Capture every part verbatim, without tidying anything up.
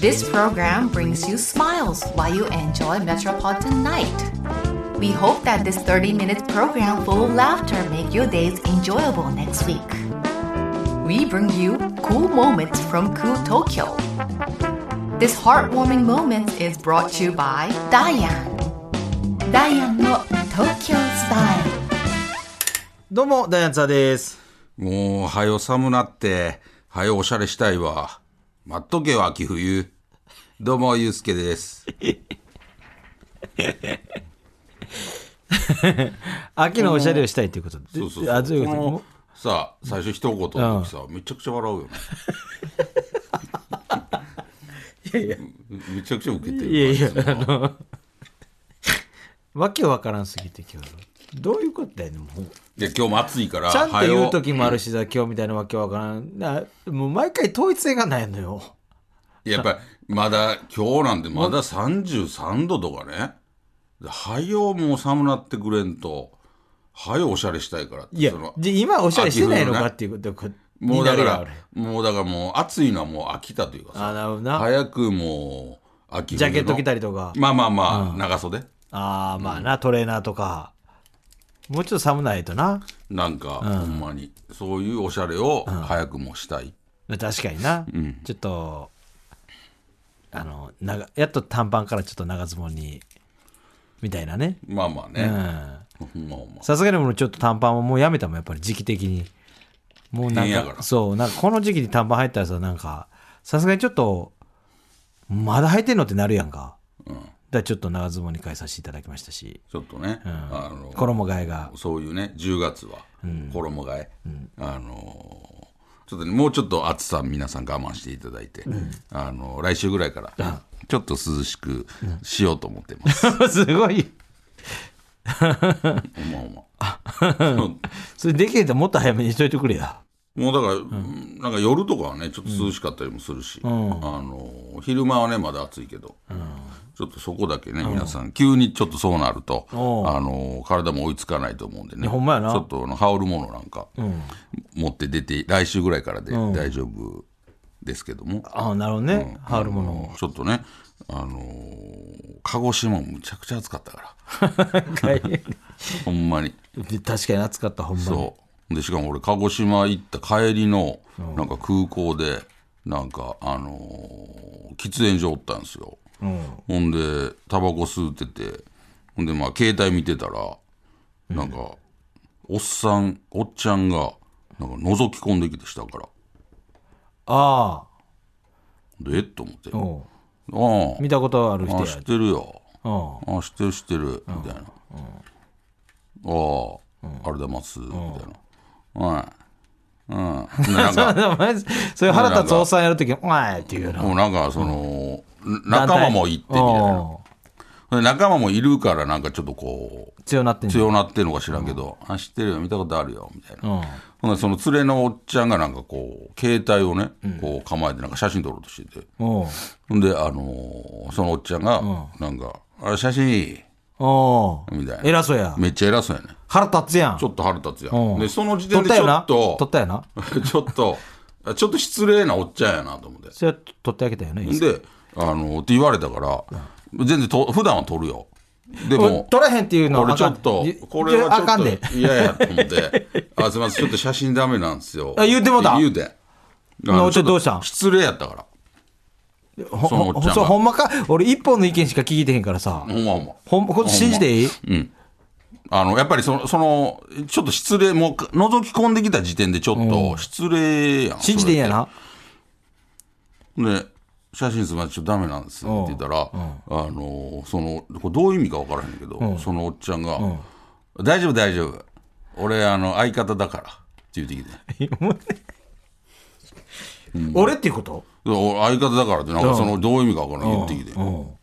This program brings you smiles while you enjoy Metropolitan Night. We hope that this thirty minute program full of laughter make your days enjoyable next week. We bring you cool moments from cool Tokyo. This heartwarming moment is brought to you by Diane. Diane の Tokyo Style。 どうもダイアンツァーです。 もうはよ寒なってはよおしゃれしたいわ。待っとけよ秋冬。どうもゆうすけです。 秋のおしゃれをしたいということで、 そうそうそう。 あ、そういうことこのさあ最初一言の時さ、うん、めちゃくちゃ笑うよね。 いやいやめちゃくちゃウケてる。 いやいやあのわけわからんすぎて今日どういうことだよね。もういや今日も暑いからちゃんと言う時もあるしさ、今日みたいなわけわからんな、もう毎回統一性がないのよ。 やっぱりまだ今日なんてまださんじゅうさんどとかね。はよもう寒なってくれんとはよおしゃれしたいからって。 いやそので今おしゃれしてないのかっていうこともうだからもうだからもう暑いのはもう飽きたというかさ、 あ、なるほどな。 早くもう秋冬のジャケット着たりとか、 まあまあまあ、うん、長袖、 ああまあな、トレーナーとかもうちょっと寒ないとな。 なんか、うん、ほんまにそういうおしゃれを早くもしたい、 うん、確かにな、うん、ちょっとあの長やっと短パンからちょっと長ズボンにみたいなね。 まあまあね、 さすがにもうちょっと短パンはもうやめたもん、やっぱり時期的にもうなんかそうなんかこの時期に短パン入ったらさ、なんかさすがにちょっとまだ履いてんのってなるやんか、うん、だからちょっと長ズボンに変えさせていただきましたし、 ちょっとね、うん、 あの衣替えがそういうねじゅうがつは衣替え、うん、あのちょっとねもうちょっと暑さ皆さん我慢していただいて、うん、あの来週ぐらいからちょっと涼しくしようと思ってます、うん、 すごいおまおまそれできればもっと早めにしといてくれや。 もうだから、うん、なんか夜とかはねちょっと涼しかったりもするし、うん、あの昼間はねまだ暑いけど、うん、ちょっとそこだけね、うん、皆さん急にちょっとそうなると、うん、あの体も追いつかないと思うんでね、 ほんまやな、 ちょっと羽織るものなんか、うん、持って出て来週ぐらいからで大丈夫ですけども、 ああなるほどね、羽織るものをちょっとね、あの鹿児島もむちゃくちゃ暑かったからほんまに確かに暑かった、ほんまに。 そうでしかも俺鹿児島行った帰りのなんか空港でなんかあのー、喫煙所おったんですよ、うん、ほんでタバコ吸ってて、ほんでまあ携帯見てたらなんか、うん、おっさんおっちゃんがなんか覗き込んできて下から、 ああでと思って、 ああ見たことある人や、 あ知ってるよ、ああ知ってる知ってるみたいな、ああ、うん、ありがとうございますみたいな、はい、うん、なんかそういう腹立つおっさんやるときに「おい!」っていうのもうなんかその、うん、仲間もいってみたいな、仲間もいるからなんかちょっとこう強なってん強なってんのか知らんけど、あ知ってるよ見たことあるよみたいな、ほんでその連れのおっちゃんがなんかこう携帯をねこう構えてなんか写真撮ろうとしてて、ほんであのそのおっちゃんがなんか「あれ写真いい?」みたいな、 偉そうや、 めっちゃ偉そうやね、 腹立つやん、 ちょっと腹立つやん。でその時点でちょっと撮ったよなちょっとちょっと失礼なおっちゃんやなと思って、 それは撮ってあげたよね。 であのって言われたから、うん、全然と普段は撮るよ、でも撮らへんっていうのは俺ちょっとこれはちょっと嫌やと思ってあすいませんちょっと写真ダメなんですよあ言うてもた言うてどうしたん、 失礼やったからほ, そのおっちゃんがほんまか、俺一本の意見しか聞いてへんからさ、 ほんまほんまほんこれ信じていい、 うん、あのやっぱりそのそのちょっと失礼、もう覗き込んできた時点でちょっと失礼やん、 信じていいんやな。 で写真すみませんちょっとダメなんですって言ったら、あのそのこれどういう意味か分からへんけど、そのおっちゃんが大丈夫大丈夫俺あの相方だからって言ってきて俺っていうこと、 相方だからってなんかそのどういう意味か分からん言ってきて、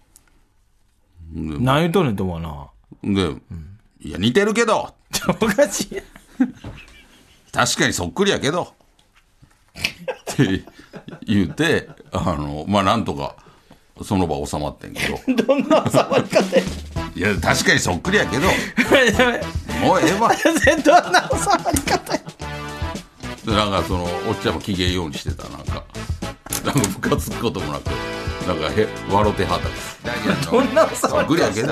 何言うとんねんと思うな。 で、うん、いや似てるけどおかしい確かにそっくりやけどって言うて、あのまあなんとかその場収まってんけどどんな収まり方やいや確かにそっくりやけどもうええわどんな収まり方やでなんかそのおっちゃんも機嫌ようにしてた、なんかなんかムカつくこともなくなんかへ笑ってはったどんなおそっくりやけど。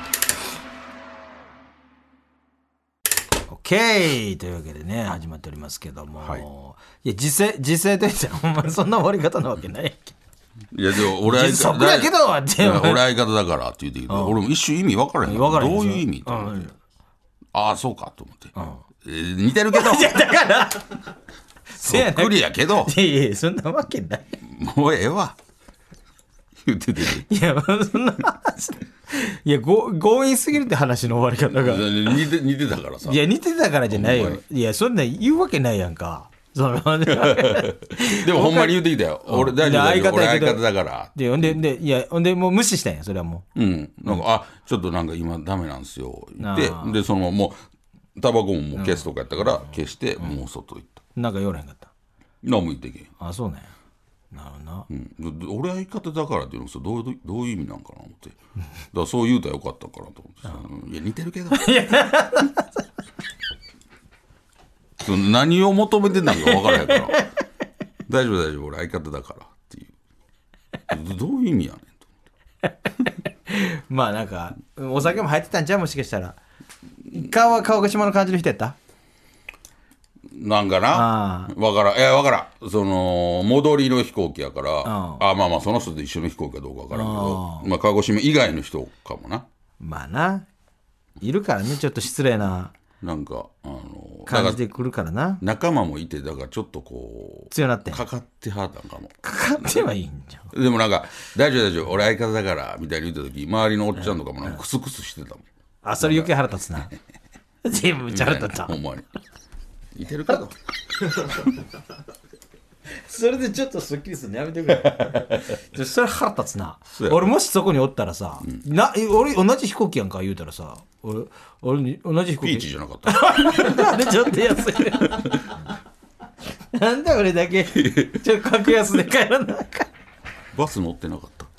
オッケーというわけでね始まっておりますけども、 はい、 いや実際実際としてほんまにそんな終わり方なわけないやんけ。 いやでも俺相そっくりやけどって俺相方だからって言ってきて、うん、俺も一瞬意味分からへん。分からへんどういう意味と思って、うん、ああそうかと思って、うんえー、似てるけどいやだからそっくりやけどいやいやそんなわけないもうええわ言ってていやそんないやご強引すぎるって話の終わり方が似て似てたからさ。 いや似てたからじゃないよ。いやそんな言うわけないやんか。そのでもほんまに言うてきたよ。俺大丈夫大丈夫俺相方だからでほんででいやほんでもう無視したんやそれはもううんなんか、うん、あちょっとなんか今ダメなんですよででそのもうタバコももう消すとかやったから消して、うん、もう外行った。 なんか言われへんかった何も言ってけん。あそうねなるほどな、 うん、俺相方だからっていうのはどういうどういう意味なんかな思ってだからそう言うたらよかったかなと思って、うん、いや似てるけど何を求めてんのか分からへんから大丈夫大丈夫俺相方だからっていうどういう意味やねんと思ってまあなんかお酒も入ってたんちゃうもしかしたら顔は鹿児島の感じの人やったなんかな分からんいや分からんその戻りの飛行機やからああまあまあその人と一緒の飛行機かどうか分からんけどまあ鹿児島以外の人かもなまあないるからねちょっと失礼ななんかあの感じてくるからな仲間もいてだからちょっとこう強なってかかってはったんかもかかってはいいんじゃんでもなんか大丈夫大丈夫俺相方だからみたいに言った時周りのおっちゃんとかもなんかクスクスしてたもん、 あそれ余計腹立つな全部めっちゃ腹立ったほんまに似てるけどそれでちょっとスッキリするのやめてくれそれ腹立つな俺もしそこにおったらさ、うん、な俺同じ飛行機やんか言うたらさ俺俺に同じ飛行機ピーチじゃなかったなんでちょっと安いなんで俺だけちょっと格安で帰らなあかんバス乗ってなかった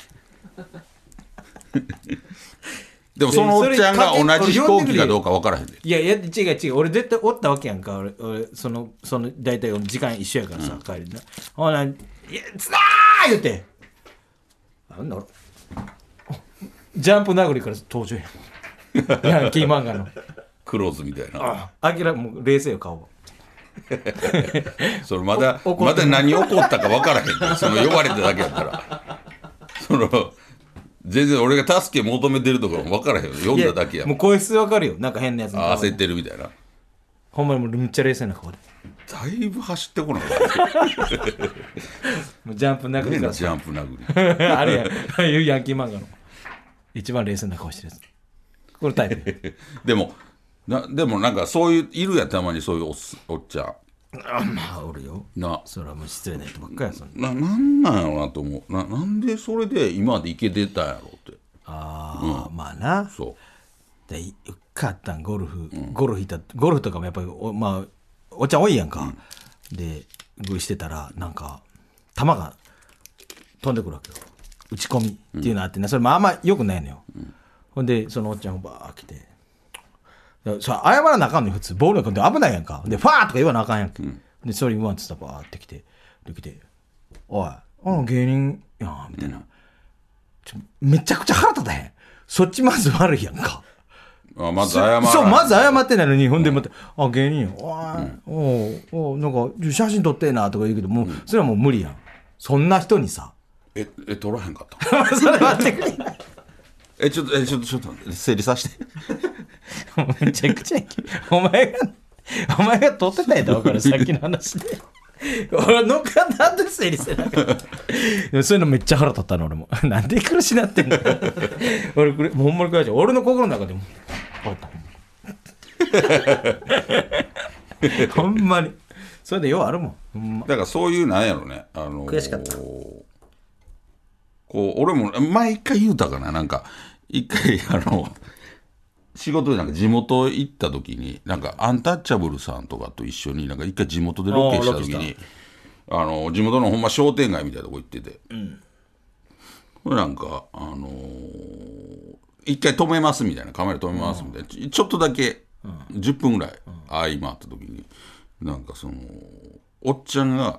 でもそのおっちゃんが同じ飛行機かどうか分からへんでいやいや違う違う俺絶対おったわけやんか俺俺そのその大体時間一緒やからさ、うん、帰りなほな「いやつなー!」言うてなんだろジャンプ殴りから登場やんヤンキー漫画のクローズみたいなあきらもう冷静よ顔それまだまだ何起こったか分からへんでその呼ばれただけやったらその全然俺が助け求めてるとかも分からへんよ読んだだけやもう声質分かるよなんか変なやつあ焦ってるみたいなほんまにもうめっちゃ冷静な顔でだいぶ走ってこなかったもうジャンプ殴りからジャンプ殴りあれやああいうヤンキー漫画の一番冷静な顔してるやつこれタイプでもなでもなんかそういういるやたまにそういう お, おっちゃんあまあおるよなそれはもう失礼な人ばっかりやそんななんなんやろなと思う な, なんでそれで今までいけてたんやろってああ、うん、まあなそうでうっかったんゴルフ、うん、ゴルフ行ったゴルフとかもやっぱり お,、まあ、おっちゃん多いやんか、うん、でグーしてたらなんか球が飛んでくるわけよ打ち込みっていうのあってね、うん、それもあんまよくないのよ、うん、ほんでそのおっちゃんがバー来てそれ謝らなあかんのよ普通ボールが飛んで危ないやんかでファーとか言わなあかんやんけ、うん、でそれ言わんって言ったらバーって来てで来ておいあの芸人やんみたいな、うん、ちょめちゃくちゃ腹立たへんそっちまず悪いやんかあまず謝らそうまず謝ってないのに、うん、ほんでまたあ芸人やおい、うん、おおなんか写真撮ってえなとか言うけどもう、うん、それはもう無理やんそんな人にさええ撮らへんかったそれ待ってくれえちょっとえちょっとちょっと整理させてめちゃくちゃお前がお前が撮ってたんやったら分かるさっきの話で俺のかなんで整理してなかったでもそういうのめっちゃ腹立ったの俺もなんで苦しなってんの俺これほんまに悔しい俺の心の中でも腹立ったほんまにそれでようあるもん、ほんまだからそういうなんやろね、あのー、 悔しかったこう俺も前一回言うたかななんか一回あの仕事でなんか地元行った時になんかアンタッチャブルさんとかと一緒になんか一回地元でロケした時にあの地元のほんま商店街みたいなとこ行ってて、うん、これなんかあのー、一回止めますみたいなカメラ止めますみたいな、うん、ちょっとだけ、うん、じゅっぷんぐらい合間あった時になんかそのおっちゃんが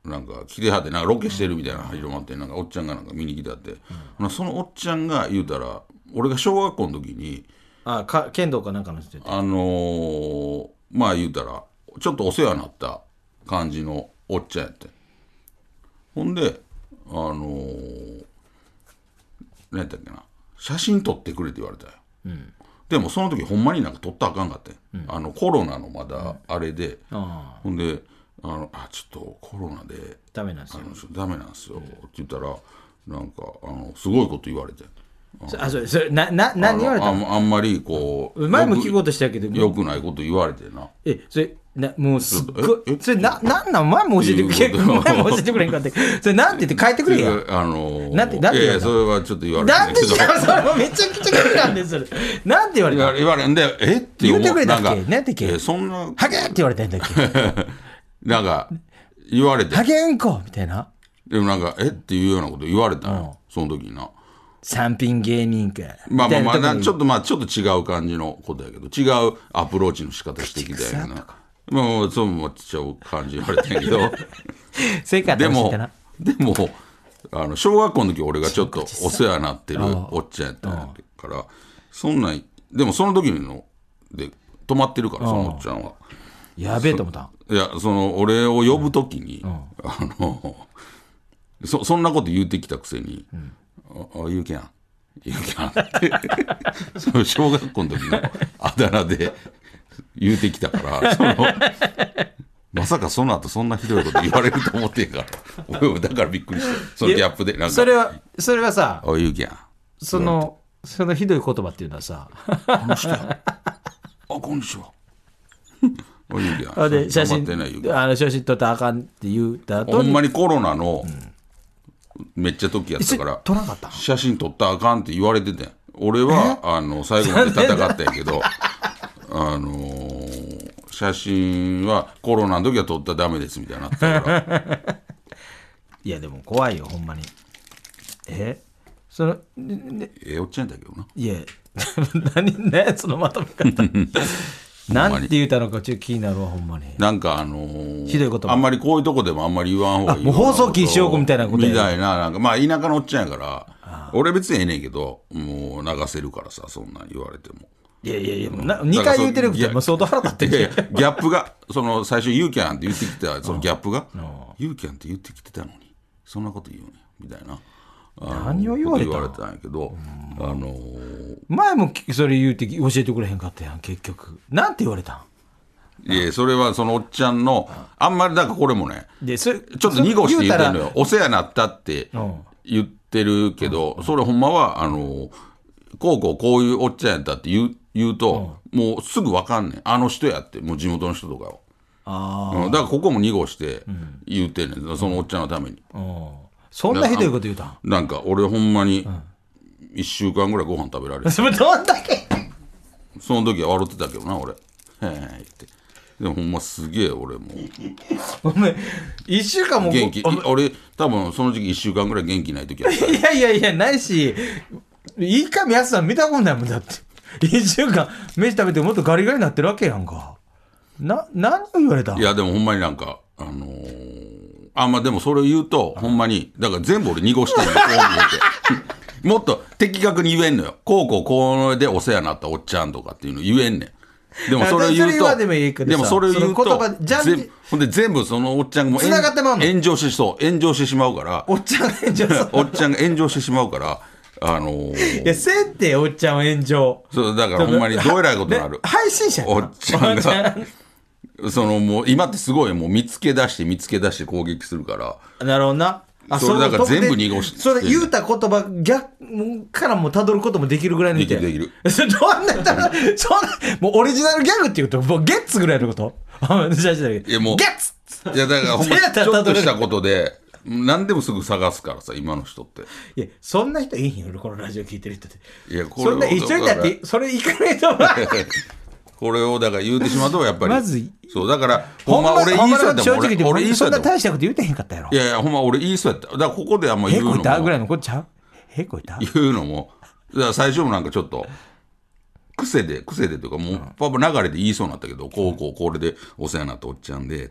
なんか来てはってなんかロケしてるみたいな広まってなんかおっちゃんがなんか見に来てはって、うん、そのおっちゃんが言うたら俺が小学校の時にあか剣道かなんかの人あのー、まあ言うたらちょっとお世話になった感じのおっちゃんやって、ほんであのー、何やったっけな写真撮ってくれって言われたよ、うん、でもその時ほんまになんか撮ったらあかんかって、うん、あのコロナのまだあれで、うん、ほんであのあちょっとコロナでダメなんですよダメなんですよ、うん、って言ったらなんかあのすごいこと言われて、 あそれそれなな何言われたの？ あ, あんまりこう前も聞こうとしたけどよくないこと言われてな。 えそれなもうすっごいそれななんなん前も教えてくれ前も教えてくれんかってそれなんて言って書いてくれやあのー、 なんてなんて言われたいやそれはちょっと言われてなんでそれもめちゃくちゃ気になんですそれなんて言われた言われんでえって言うてくれたっけなんてっけ、 えそんなハゲって言われたんだっけなんか言われてハゲうんこみたいなでもなんかえっていうようなこと言われたの、うん、その時にな三品芸人かまあまあまあちょっとまあちょっと違う感じのことやけど違うアプローチの仕方してきたやなまあそうもちゃう感じ言われてんけどでもでもあの小学校の時俺がちょっとお世話になってるおっちゃんやったからそんなでもその時ので泊まってるからそのおっちゃんはやべえと思った。 いやその俺を呼ぶ時に、うん、あの そ, そんなこと言うてきたくせに、うん、ああ言うけやん言うけやんってその小学校の時のあだ名で言うてきたからそのまさかその後そんなひどいこと言われると思ってんから俺だからびっくりしてそのギャップでなんかそれはそれはさあ言うけやんそのそのひどい言葉っていうのはさこの人やあこんにちはあで写真あの写真撮ったらあかんって言った後にほんまにコロナのめっちゃ時やったから撮らなかった写真撮ったらあかんって言われてて俺はあの最後まで戦ったんやけどあのー、写真はコロナの時は撮ったらダメですみたいになったからいやでも怖いよほんまにえそのええおっちゃんだけどないや何ねそのまとめ方なんて言うたのかちょっと気になるわほんまになんかあのー、 ひどいことあんまりこういうとこでもあんまり言わんほうがいいもう放送禁止用語みたいなことみたいななんかまあ田舎のおっちゃんやから俺別にええねんけどもう流せるからさそんなん言われてもいやいやいやなにかい言うてるけど相当腹立ってるいやいやギャップがその最初ユーキャンって言ってきたそのギャップがユーキャンって言ってきてたのにそんなこと言うねみたいな何を言われた言われたんやけど、あのー、 前もそれ言うて教えてくれへんかったやん結局なんて言われたんいやそれはそのおっちゃんのあんまりだからこれもねでそれちょっと濁して言ってるのよお世話になったって言ってるけど、うん、それほんまはあのこうこうこういうおっちゃんやったって言う、言うと、うん、もうすぐ分かんねんあの人やってもう地元の人とかをあ、うん、だからここも濁して言ってんねん、うん、そのおっちゃんのために、うん、 そんなひどいこと言うたんなんか俺ほんまにいっしゅうかんぐらいご飯食べられるそれどんだけその時は笑ってたけどな俺へえってでもほんますげえ俺もお前いっしゅうかんも元気俺多分その時期いっしゅうかんぐらい元気ない時やったいやいやいやないしいいかみやすさん見たことないもんだっていっしゅうかん飯食べてもっとガリガリになってるわけやんかな何を言われたんいやでもほんまになんかあのーあまあでもそれを言うとほんまにだから全部俺濁してるのこう見えてもっと的確に言えんのよこうこうこうでお世話になったおっちゃんとかっていうの言えんねんでもそれを言うとでもそれを言うとほんで全部そのおっちゃんがもう炎上してそう炎上してしまうからおっちゃんが炎上おっちゃんが炎上してしまうからあのー、 いやせんておっちゃんは炎上そうだからほんまにどえらいことになる配信者おっちゃんがそのもう今ってすごいもう見つけ出して見つけ出して攻撃するからなるほどなあそれだから全部濁してそれ言うた言葉逆からもたどることもできるぐらいのできるできるそれどんなそんなもうオリジナルギャグって言うともうゲッツぐらいのこといやもうゲッツいやだからほんまちょっとしたことで何でもすぐ探すからさ今の人っていやそんな人いいんよこのラジオ聞いてる人っていやこれそんな一緒にだってそれいかないとこれをだから言うてしまうとやっぱりまずそうだからほんま俺言いそうやったもん俺俺言いそうやったもんそんな大したこと言うてへんかったやろいやいやほんま俺言いそうやっただからここであんま言うのもへこいたぐらいのこっちゃうへこいた言うのもだから最初もなんかちょっと癖で癖でというかもうパパ流れで言いそうになったけどこうこうこれでお世話になったおっちゃんでとか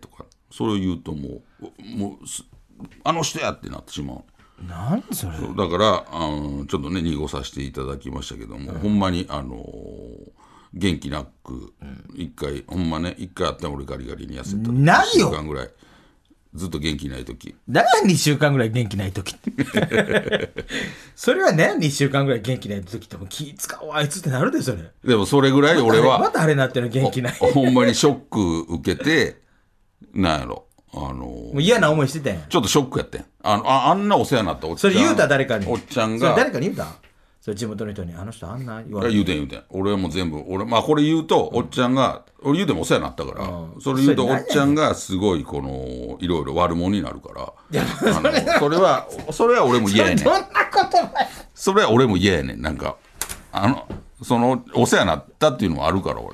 それを言うともうもうあの人やってなってしまう。 何それ。 だからあのちょっとね濁させていただきましたけども、うん、ほんまにあのー、元気なく一、うん、回ほんまね一回あって俺ガリガリに痩せた何よいっしゅうかんぐらいずっと元気ない時。 何にしゅうかんぐらい元気ない時ってそれはねにしゅうかんぐらい元気ない時っても気使うあいつってなるでそれ。 でもそれぐらい俺はまたあれなってる元気ないほ, ほんまにショック受けてなんやろあのー、 もう嫌な思いしてたんや。 ちょっとショックやってん。あの あ, あんなお世話になったおっちゃん。 それ言うた誰かに。 おっちゃんが。 それ誰かに言うた。それ地元の人にあの人あんな言われて。 言うてん言うてん。俺はもう全部俺まあこれ言うと、うん、おっちゃんが俺言うてもお世話になったから、うん、それ言うとおっちゃんがすごいこのいろいろ悪者になるから。いやあのそれはそれは俺も嫌やねん。 そんなことない。 それは俺も嫌やねん。なんかあのそのお世話になったっていうのもあるから俺。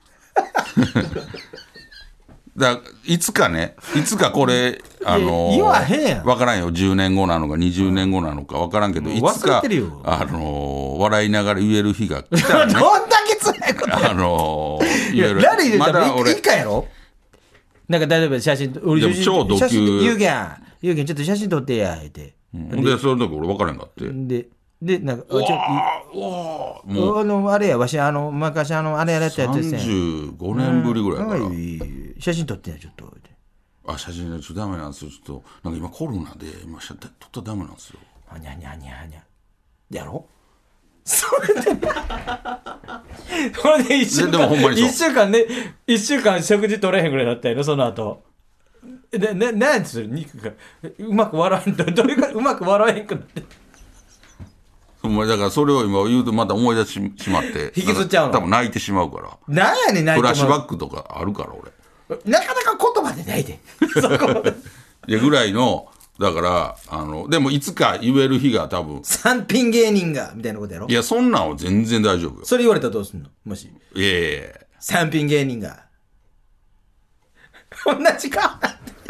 だいつかねいつかこれあのー、 言わへんやん。 分からんよじゅうねんごなのかにじゅうねんごなのか分からんけど、いつかあのー、笑いながら言える日が来たら、ね、 どんだけつらいことあのー、言える。 誰言うたらいいかやろ。なんか例えば写真俺でも超ド級ゆうげんゆうげんちょっと写真撮ってやって、 うん、でその時俺分からんかってででなんかちょっともうあのあれやわしあの昔あのあれやられたやつですね。 さんじゅうごねんぶりぐらいから、うん 、写真撮ってやちょっと。 あ写真ねちょっとダメなんですよ。ちょっとなんか今コロナで今撮ったらダメなんですよ。 あにゃにゃにゃにゃやろ。それでこれで一週間でもほんまにそう一週間ね一週間食事取れへんぐらいだったよねその後。でねなんつう肉がうまく笑えんとどれかうまく笑えへんくなって。 お前だからそれを今言うとまた思い出してしまって引きずっちゃうの。 多分泣いてしまうから。 なんやねん泣いてしまう。 フラッシュバックとかあるから俺。 なかなか言葉でないでそこいやぐらいのだからあのでもいつか言える日が多分三品芸人がみたいなことやろ。 いやそんなんは全然大丈夫よ。 それ言われたらどうすんのもし。 いやいやいや三品芸人が同じか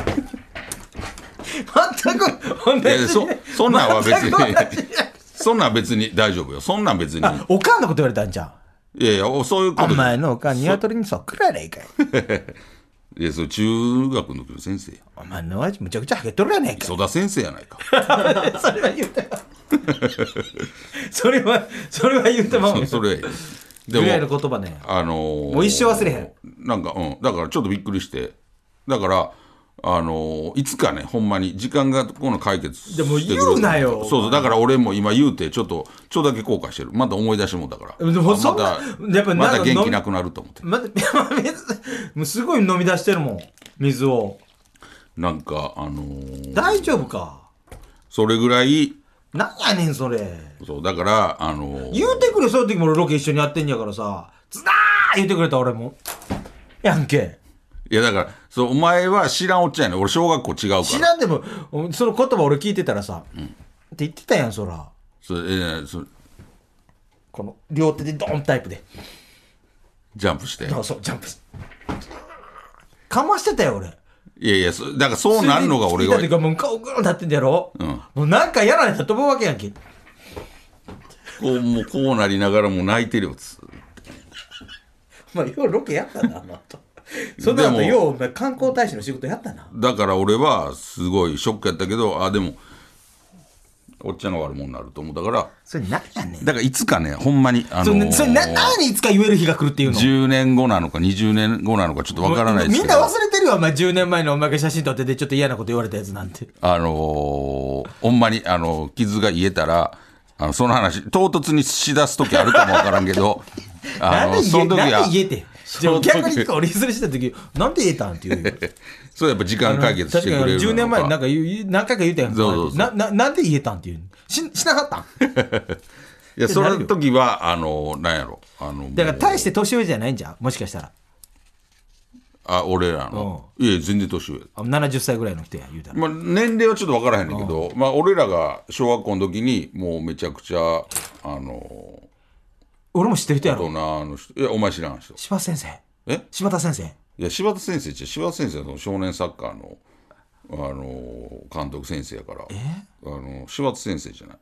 全く同じ。いやそ, そんなんは別にそんなん別に大丈夫よ。そんなん別におかんのこと言われたんじゃん。 いやいやそういうことお前のおかん鶏にそっくらやないかいいやそれ中学の時の先生や。 お前の親父むちゃくちゃハゲとるやないかい。 磯田先生やないかそれは言うてそれはそれは言うてまう。 それでもぐらいの言葉ねあのー、 もう一生忘れへん。 なんかうんだからちょっとびっくりしてだからあのー、いつかねほんまに時間がこの解決してくれる。 でも言うなよ。 そうそうだから俺も今言うてちょっとちょっとだけ後悔してる。また思い出してもんだからでもそんなまたやっぱまた元気なくなると思って、 ま、もうすごい飲み出してるもん水を。 なんかあのー、 大丈夫かそれぐらい。 なんやねんそれ。 そうだからあのー、 言うてくれ。そういう時も俺ロケ一緒にやってんやからさズダー言うてくれた俺もやんけ。 いやだからそうお前は知らんおっちゃんやねん。俺小学校違うから知らんでもその言葉俺聞いてたらさ、うん、って言ってたやんそら。 それ、えー、それこの両手でドンタイプでジャンプしてそうそうジャンプしてかましてたよ俺。 いやいやだからそうなるのが俺が聞いた時はもう顔グーン立ってんだやろ、うん、もうなんかやられたと思うわけやんけ。 こうもうこうなりながらもう泣いてるよつまあようロケやったなあの後その後よう観光大使の仕事やったな。 だから俺はすごいショックやったけどあでもおっちゃんが悪者になると思う。だからそれ何やねん。 だからいつかねほんまにあのー、 それ何いつか言える日が来るっていうの。 じゅうねんごなのかにじゅうねんごなのかちょっとわからないですけどみんな忘れてるよお前。じゅうねんまえのお前が写真撮っててちょっと嫌なこと言われたやつなんて。 あのー、ほんまにあの傷が癒えたらあのその話唐突にしだす時あるかもわからんけどあのその時はなんで言えて逆に俺譲りした時なんで言えたんっていうそれやっぱ時間解決してくれるのか。確かにじゅうねんまえなんか何回か言うたやん。 そうそうそうなななんで言えたんっていう し, しなかったんいやその時はあのなんやろあのだから大して年上じゃないんじゃんもしかしたら。 あ俺らの、うん、いや全然年上ななじゅっさいぐらいの人や言うたら、 まあ、年齢はちょっと分からへんねんけど、まあ、俺らが小学校の時にもうめちゃくちゃあの俺も知ってる人やろ。 大人の人いやお前知らん人。 柴先生え柴田先生。 いや柴田先生って柴田先生は少年サッカーの、あの監督先生やからえあの柴田先生じゃない。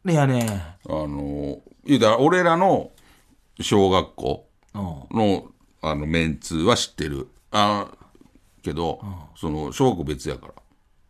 いやねあの言うたら俺らの小学校の、あのメンツは知ってる。あけど、うん、その小学校別やから。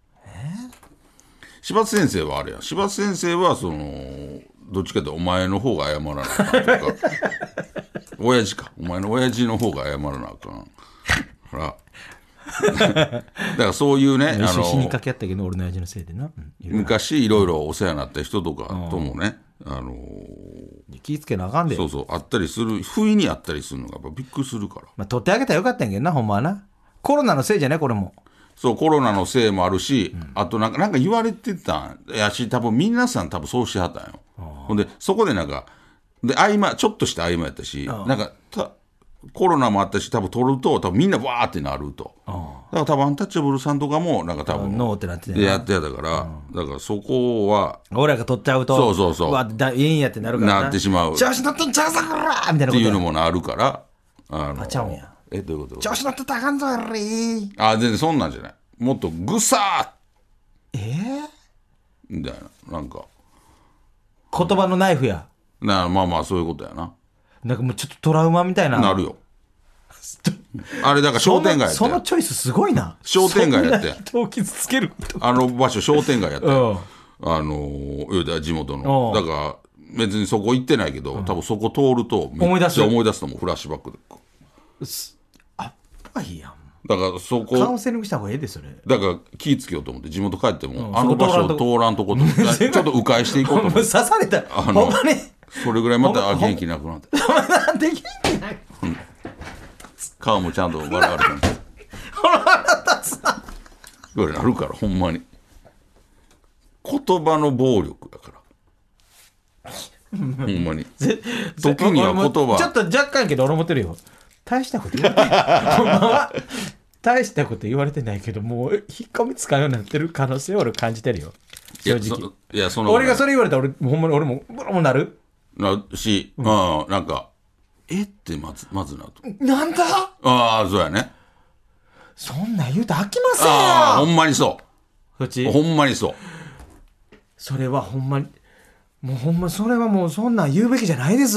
柴田先生はあれや、柴田先生はそのどっちかというとお前の方が謝らなあかんとか親父かお前の親父の方が謝らなあかんからだからそういうね、 あの死にかけやったけど俺の親父のせいでな、うん、 昔いろいろお世話になった人とかともね、うん、あのー、気ぃつけなあかんで。 そうそうあったりする、不意にあったりするのがやっぱびっくりするから、 まあ、取ってあげたらよかったんやけどな、ほんまはな。コロナのせいじゃねこれも。 そうコロナのせいもあるし、うん、あとなんかなんか言われてたんやし、多分皆さん多分そうしてはったんよ。ほんでそこでなんかで合間ちょっとした合間やったし、なんかたコロナもあったし、多分取ると多分みんなわーってなると。だから多分アンタッチャブルさんとかもなんか多分ノーってなっててやってやったから、だからそこは俺らが取っちゃうとそうそうそうわだいいんやってなるからな、 なってしまう。 調子乗ってんちゃうぞこらみたいなことっていうのもなるから、 あのあちゃうんや。 えどういうこと？ 調子乗ってたらあかんぞやり。 あ全然そんなんじゃない。もっとグサーえー、 みたいな、なんか言葉のナイフやな。まあまあそういうことやな。 なんかもうちょっとトラウマみたいななるよあれだから商店街やってそのチョイスすごいな。 商店街やって人を傷つけるあの場所商店街やって、うん、あのー、地元のだから別にそこ行ってないけど、うん、多分そこ通るとめっちゃ思い出すと思う。フラッシュバックであっぱいやん。 だからそこカウンセリングした方がええでそれ。 だから気ぃつけようと思って地元帰っても、うん、あの場所を通らんとことちょっと迂回していこうと思って刺されたほんまにそれぐらいまた元気なくなってなんで元気なく、 うん、顔もちゃんと笑われてる腹立つなこれなるからほんまに言葉の暴力だからほんまに時には言葉ちょっと若干やけど俺思ってるよ。大したこと言われてないほんまは大したこと言われてないけどもう引っ込みつかんようになってる可能性を俺感じてるよ正直。 いやその俺がそれ言われたら俺ほんまに俺もブロもなるなし、うん、なんかえってまずまずなとなんだああそうやね。 そんなん言うと飽きませんよ。 あほんまにそうそっちほんまにそう。 それはほんまにもうほんまそれはもうそんなん言うべきじゃないです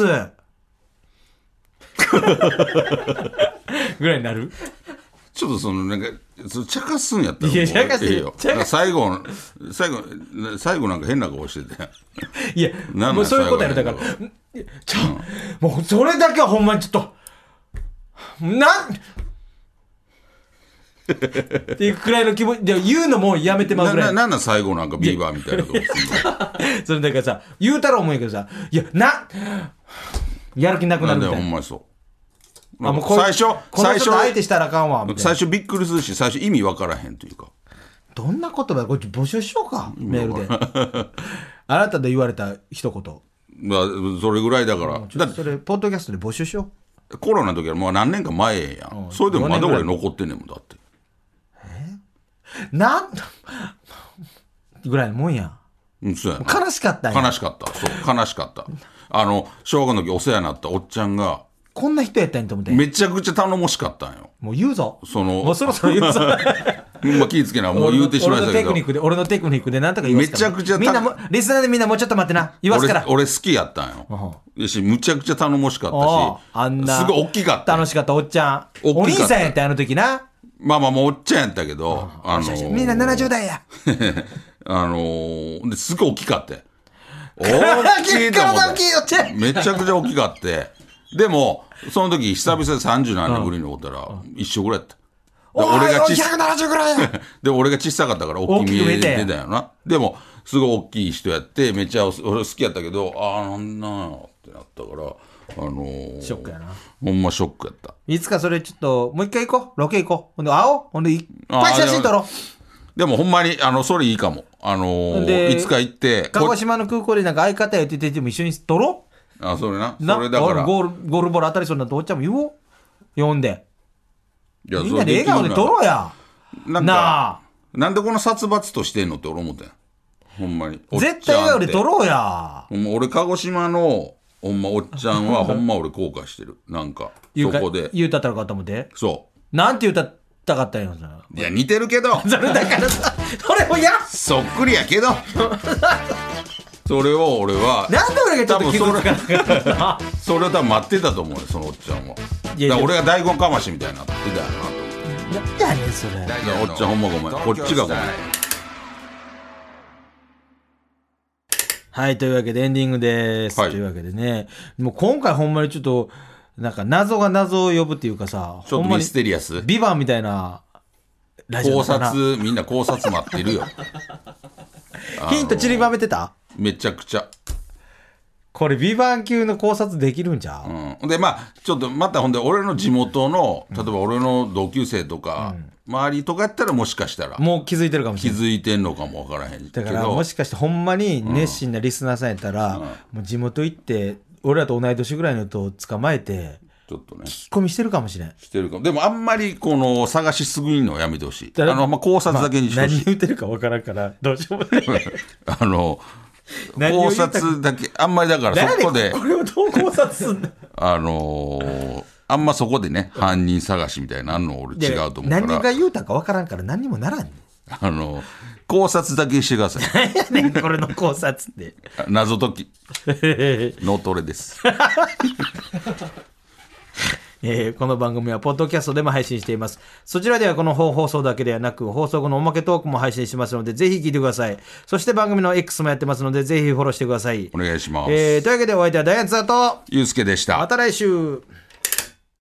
ぐらいになる。 ちょっとそのなんかそ茶化すんやったらいや茶化すええよ。最後最後最後なんか変な顔してていやもうそういうことやるだからちょ、うん、もうそれだけはほんまにちょっとなんっていうくらいの気持ちで言うのもやめてまうぐらい。 な、な、なんなん最後なんかビーバーみたいなとこするのそれだからさ言うたら思うんやけどさいやなやる気なくなるみたいな。 ほんまにそう。 あもう最初最初相手したらあかんわみたいな。 最初びっくりするし最初意味わからへんというか。 どんな言葉これ募集しようかメールであなたで言われた一言。 まあそれぐらいだから。 だってそれポッドキャストで募集しよう。コロナの時はもう何年か前やん、うん、それでもまだ俺残ってんねんもんだって。 えなんぐらいのもんや。 うん、そうやな。悲しかったんや。 悲しかった。そう悲しかった。あの小学の時お世話になったおっちゃんがこんな人やったんやと思ってめちゃくちゃ頼もしかったんよ。 もう言うぞそのもうそろそろ言うぞまあ気ぃつけなもう言うてしまいましたけど俺のテクニックで俺のテクニックでなんとか言わすから。 めちゃくちゃみんなもリスナーでみんなもうちょっと待ってな言わすから。 俺, 俺好きやったんよ。よしむちゃくちゃ頼もしかったしあんなすごい大きかった楽しかったおっちゃんお兄さんやったあの時な。 まあまあもうおっちゃんやったけどあのー、 みんなななじゅう代やあのー、ですごい大きかった大きいと思ってめちゃくちゃ大きかってでもその時久々でさんじゅうななねんぶりにおったら、うん、一緒ぐらいやった。 俺がひゃくななじゅうぐらいやで俺が小さかったから大き見えてたよな。でもすごい大きい人やってめっちゃ俺好きやったけどああなんなんやってなったからあのー、 ショックやな。 ほんまショックやった。 いつかそれちょっともう一回行こうロケ行こうほんで会おうほんでいっぱい写真撮ろう。 でもほんまにあのそれいいかもあのー、いつか行って鹿児島の空港でなんか相方やってても一緒に撮ろう。 あそれなそれだからゴールゴールボール当たりそうになっておっちゃんも言おう呼んでいやみんなで笑顔で撮ろうや。 なんかなあなんでこの殺伐としてんのって俺思ったんほんまに絶対笑顔で撮ろうや。 ほんま俺鹿児島のほんまおっちゃんはほんま俺後悔してるなんかそこで言うたったらかと思ってそうなんて言うたったかったんよ。 いや似てるけどそれだからさそれもやそっくりやけどそれを俺はなんで俺がちょっと気づかなかったそれを多分待ってたと思うよそのおっちゃんは。だから俺が大根かましみたいになってたよなと思ってやねんそれ。 おっちゃんほんまごめん、こっちがごめん。 はい、というわけでエンディングです、はい、というわけでね、もう今回ほんまにちょっとなんか謎が謎を呼ぶっていうかさ、 ちょっとミステリアス、 ビバンみたいなラジオ考察、みんな考察待ってるよヒント散りばめてた？ めちゃくちゃ。 これビバン級の考察できるんじゃん、うん、でまあちょっとまたほんで俺の地元の例えば俺の同級生とか、うん、周りとかやったらもしかしたらもう気づいてるかもしれない。 気づいてんのかもわからへんけど、 だからもしかしてほんまに熱心なリスナーさんやったら、うん、もう地元行って俺らと同い年ぐらいの人を捕まえてちょっとね聞き込みしてるかもしれん。 してるかも。でもあんまりこの探しすぎるのはやめてほしい。あの、まあ、考察だけにしてほしい、 まあ、何言ってるかわからんからどうしようもないあの考察だけあんまりだからそこでこれをどう考察すんのあのー、あんまそこでね犯人探しみたいなの俺違うと思うから、 何が言うたかわからんから何にもならんねん。 あの考察だけしてください。 何やねんこれの考察って謎解き脳トレですえー、この番組はポッドキャストでも配信しています。そちらではこの本放送だけではなく放送後のおまけトークも配信しますのでぜひ聞いてください。そして番組の X もやってますのでぜひフォローしてください。 お願いします。 えー、というわけでお相手はダイアンツァーとゆうすけでした。 また来週。